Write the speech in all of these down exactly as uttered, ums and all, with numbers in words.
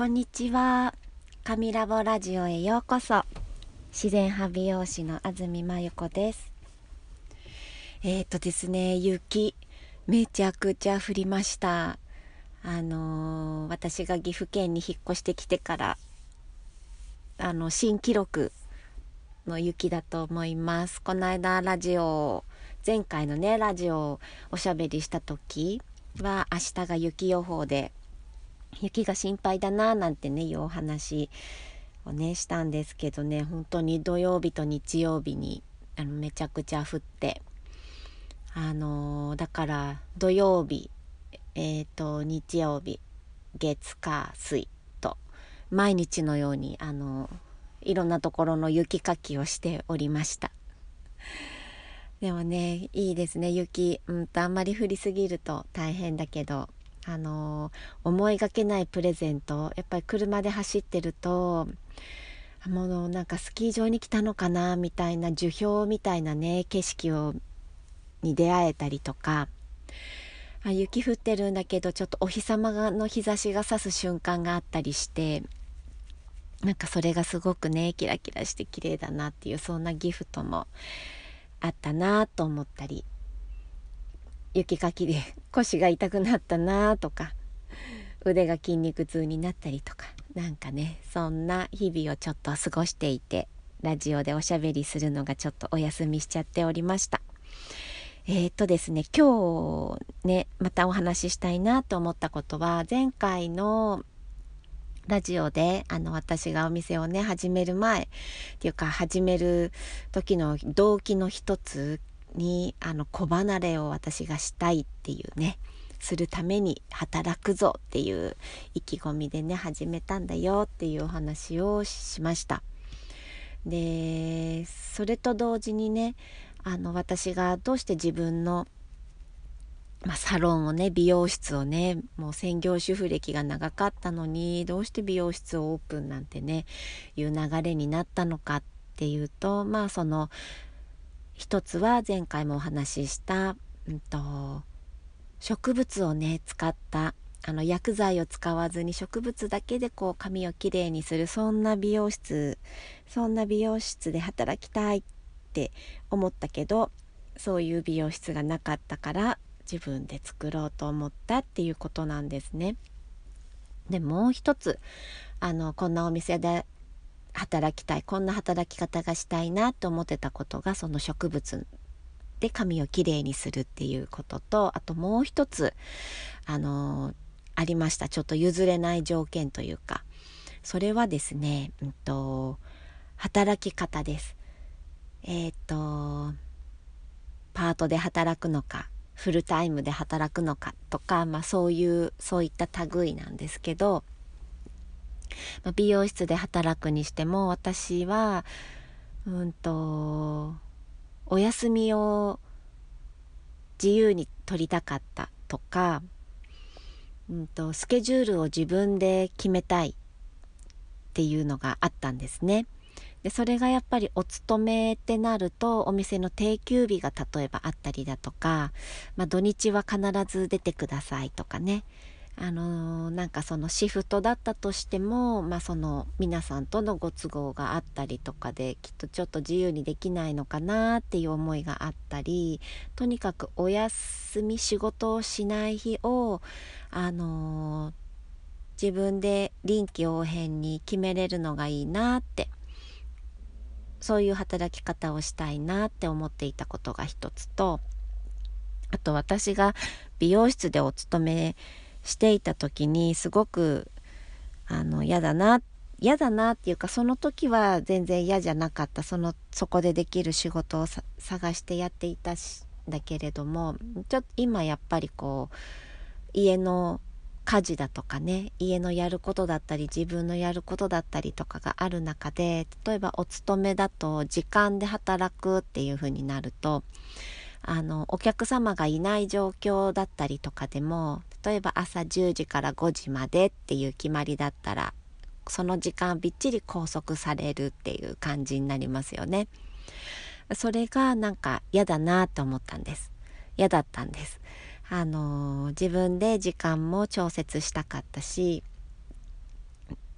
こんにちは。神ラボラジオへようこそ。自然派美容師の安住真由子です。えーとですね雪めちゃくちゃ降りました。あのー、私が岐阜県に引っ越してきてからあの新記録の雪だと思います。この間ラジオ前回のねラジオをおしゃべりした時は明日が雪予報で雪が心配だななんてねいうお話をねしたんですけどね、本当に土曜日と日曜日にあのめちゃくちゃ降って、あのー、だから土曜日、えーと日曜日、月火水と毎日のようにあのいろんなところの雪かきをしておりました。でもねいいですね雪、うんとあんまり降りすぎると大変だけど、あの思いがけないプレゼント、やっぱり車で走ってるともうなんかスキー場に来たのかなみたいな、樹氷みたいなね景色をに出会えたりとか、あ雪降ってるんだけどちょっとお日様の日差しが差す瞬間があったりして、なんかそれがすごくねキラキラして綺麗だなっていう、そんなギフトもあったなと思ったり、雪かきで腰が痛くなったなとか、腕が筋肉痛になったりとか、なんかねそんな日々をちょっと過ごしていて、ラジオでおしゃべりするのがちょっとお休みしちゃっておりました。えー、っとですね今日ねまたお話ししたいなと思ったことは、前回のラジオであの私がお店をね始める前っていうか始める時の動機の一つに、あの子離れを私がしたいっていうね、するために働くぞっていう意気込みでね始めたんだよっていうお話をしました。でそれと同時にね、あの私がどうして自分の、まあ、サロンをね美容室をね、もう専業主婦歴が長かったのにどうして美容室をオープンなんてねいう流れになったのかっていうと、まあその一つは前回もお話しした、うんと、植物をね使ったあの薬剤を使わずに植物だけでこう髪をきれいにする、そんな美容室そんな美容室で働きたいって思ったけど、そういう美容室がなかったから自分で作ろうと思ったっていうことなんですね。でもう一つ、あのこんなお店で働きたい、こんな働き方がしたいなと思ってたことが、その植物で髪をきれいにするっていうことと、あともう一つあのありました。ちょっと譲れない条件というか、それはですね、うんと、働き方です。えっとパートで働くのかフルタイムで働くのかとか、まあ、そういうそういった類なんですけど、まあ、美容室で働くにしても私はうんとお休みを自由に取りたかったとか、うんとスケジュールを自分で決めたいっていうのがあったんですね。でそれがやっぱりお勤めってなると、お店の定休日が例えばあったりだとか、まあ、土日は必ず出てくださいとかね、あのー、なんかそのシフトだったとしても、まあ、その皆さんとのご都合があったりとかで、きっとちょっと自由にできないのかなっていう思いがあったり、とにかくお休み仕事をしない日をあのー、自分で臨機応変に決めれるのがいいなって、そういう働き方をしたいなって思っていたことが一つと、あと私が美容室でお勤めしていた時にすごくあの嫌だな嫌だなっていうか、その時は全然嫌じゃなかった、そのそこでできる仕事をさ探してやっていたしだけれども、ちょっと今やっぱりこう家の家事だとかね、家のやることだったり自分のやることだったりとかがある中で、例えばお勤めだと時間で働くっていう風になると、あのお客様がいない状況だったりとかでも、例えば朝じゅうじからごじまでっていう決まりだったら、その時間びっちり拘束されるっていう感じになりますよね。それがなんか嫌だなと思ったんです。嫌だったんです。あの自分で時間も調節したかったし、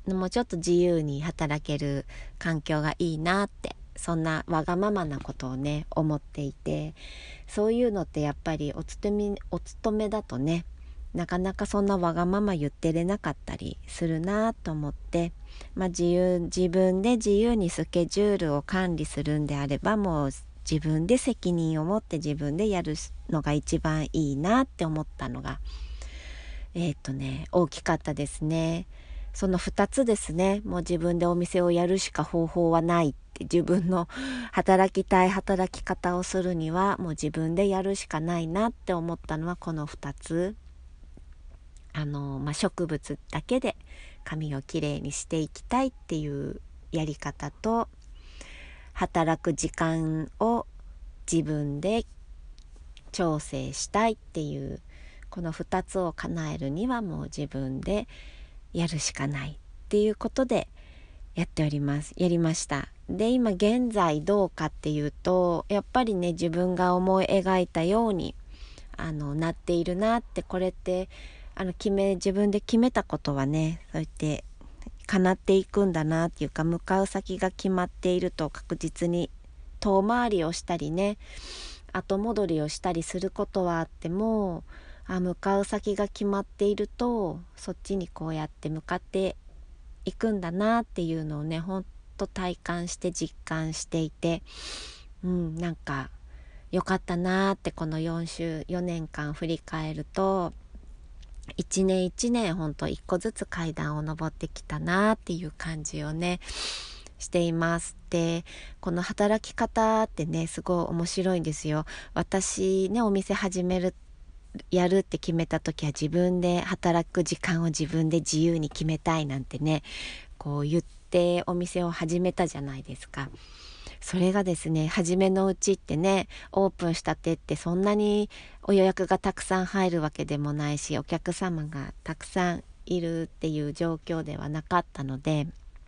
もうちょっと自由に働ける環境がいいなって、そんなわがままなことをね思っていて、そういうのってやっぱりお勤めお勤めだとね、なかなかそんなわがまま言ってれなかったりするなと思って、まあ、自由自分で自由にスケジュールを管理するんであれば、もう自分で責任を持って自分でやるのが一番いいなって思ったのがえーっとね大きかったですね。そのふたつですね。もう自分でお店をやるしか方法はないって、自分の働きたい働き方をするにはもう自分でやるしかないなって思ったのはこのふたつ。あの、まあ、植物だけで髪をきれいにしていきたいっていうやり方と、働く時間を自分で調整したいっていう、このふたつを叶えるにはもう自分でやるしかないっていうことでやっておりますやりました。で今現在どうかっていうと、やっぱりね自分が思い描いたようにあのなっているなって、これってあの決め自分で決めたことはね、そうやって叶っていくんだなっていうか、向かう先が決まっていると確実に遠回りをしたりね、後戻りをしたりすることはあっても、あ向かう先が決まっているとそっちにこうやって向かっていくんだなっていうのをね、ほんと体感して実感していて、うんなんか良かったなって、このよん週よねんかん振り返ると、一年一年ほんと一個ずつ階段を登ってきたなっていう感じをねしています。でこの働き方ってねすごい面白いんですよ。私ねお店始めるやるって決めた時は、自分で働く時間を自分で自由に決めたいなんてねこう言ってお店を始めたじゃないですか。それがですね、初めのうちってね、オープンしたてってそんなにお予約がたくさん入るわけでもないし、お客様がたくさんいるっていう状況ではなかったので、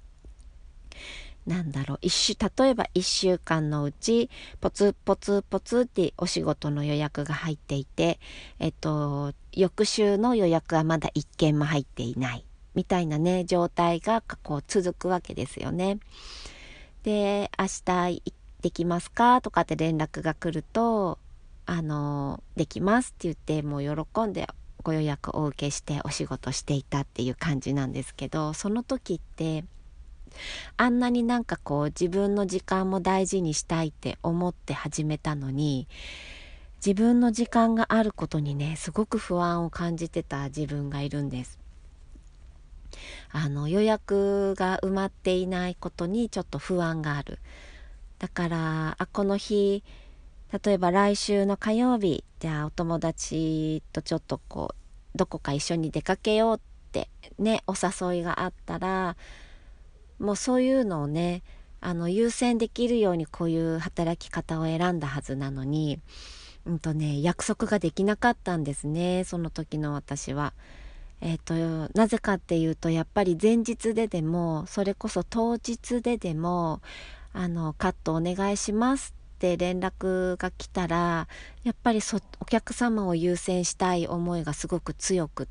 なんだろう一週例えばいっしゅうかんのうちポツポツポツってお仕事の予約が入っていて、えっと翌週の予約はまだいっけんも入っていないみたいなね状態がこう続くわけですよね。で明日できますかとかって連絡が来ると、あのできますって言ってもう喜んでご予約をお受けしてお仕事していたっていう感じなんですけど、その時ってあんなになんかこう自分の時間も大事にしたいって思って始めたのに、自分の時間があることにねすごく不安を感じてた自分がいるんです。あの予約が埋まっていないことにちょっと不安がある。だからあこの日例えば来週の火曜日じゃあお友達とちょっとこうどこか一緒に出かけようってねお誘いがあったら、もうそういうのをねあの優先できるようにこういう働き方を選んだはずなのに、うんとね約束ができなかったんですね、その時の私は。えっとなぜかっていうと、やっぱり前日ででもそれこそ当日ででもあのカットお願いしますって連絡が来たら、やっぱりそお客様を優先したい思いがすごく強くって、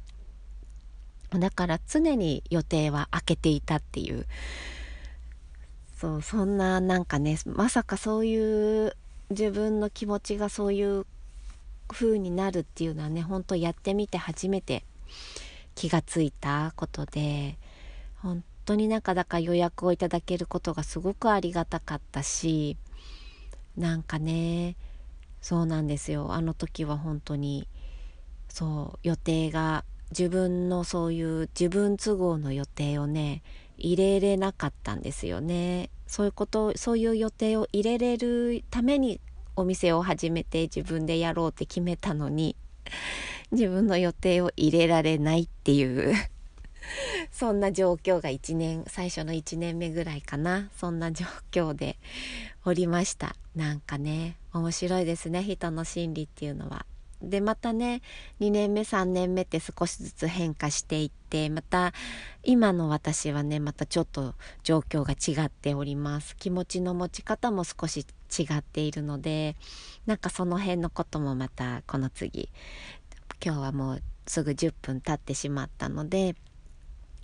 だから常に予定は空けていたっていう、そうそんななんかね、まさかそういう自分の気持ちがそういう風になるっていうのはね、本当やってみて初めて気がついたことで、本当になんかだから予約をいただけることがすごくありがたかったし、なんかねそうなんですよ、あの時は本当にそう予定が自分のそういう自分都合の予定をね入れれなかったんですよね。そういうことそういう予定を入れれるためにお店を始めて自分でやろうって決めたのに、自分の予定を入れられないっていうそんな状況がいちねん最初のいちねんめぐらいかな、そんな状況でおりました。なんかね面白いですね、人の心理っていうのは。でまたねにねんめさんねんめって少しずつ変化していって、また今の私はねまたちょっと状況が違っております。気持ちの持ち方も少し違っているので、なんかその辺のこともまたこの次、今日はもうすぐじゅっぷん経ってしまったので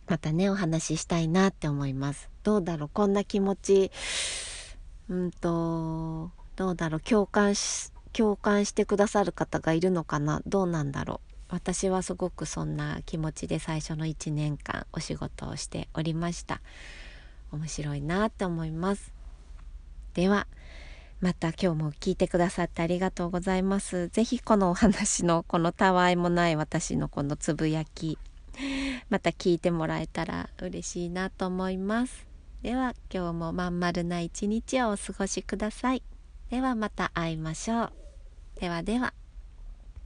またねお話ししたいなって思います。どうだろう、こんな気持ちうんとどうだろう、共感し共感してくださる方がいるのかな、どうなんだろう。私はすごくそんな気持ちで最初のいちねんかんお仕事をしておりました。面白いなって思います。ではまた今日も聞いてくださってありがとうございます。ぜひこのお話のこのたわいもない私のこのつぶやきまた聞いてもらえたら嬉しいなと思います。では今日もまん丸な一日をお過ごしください。ではまた会いましょう。ではでは。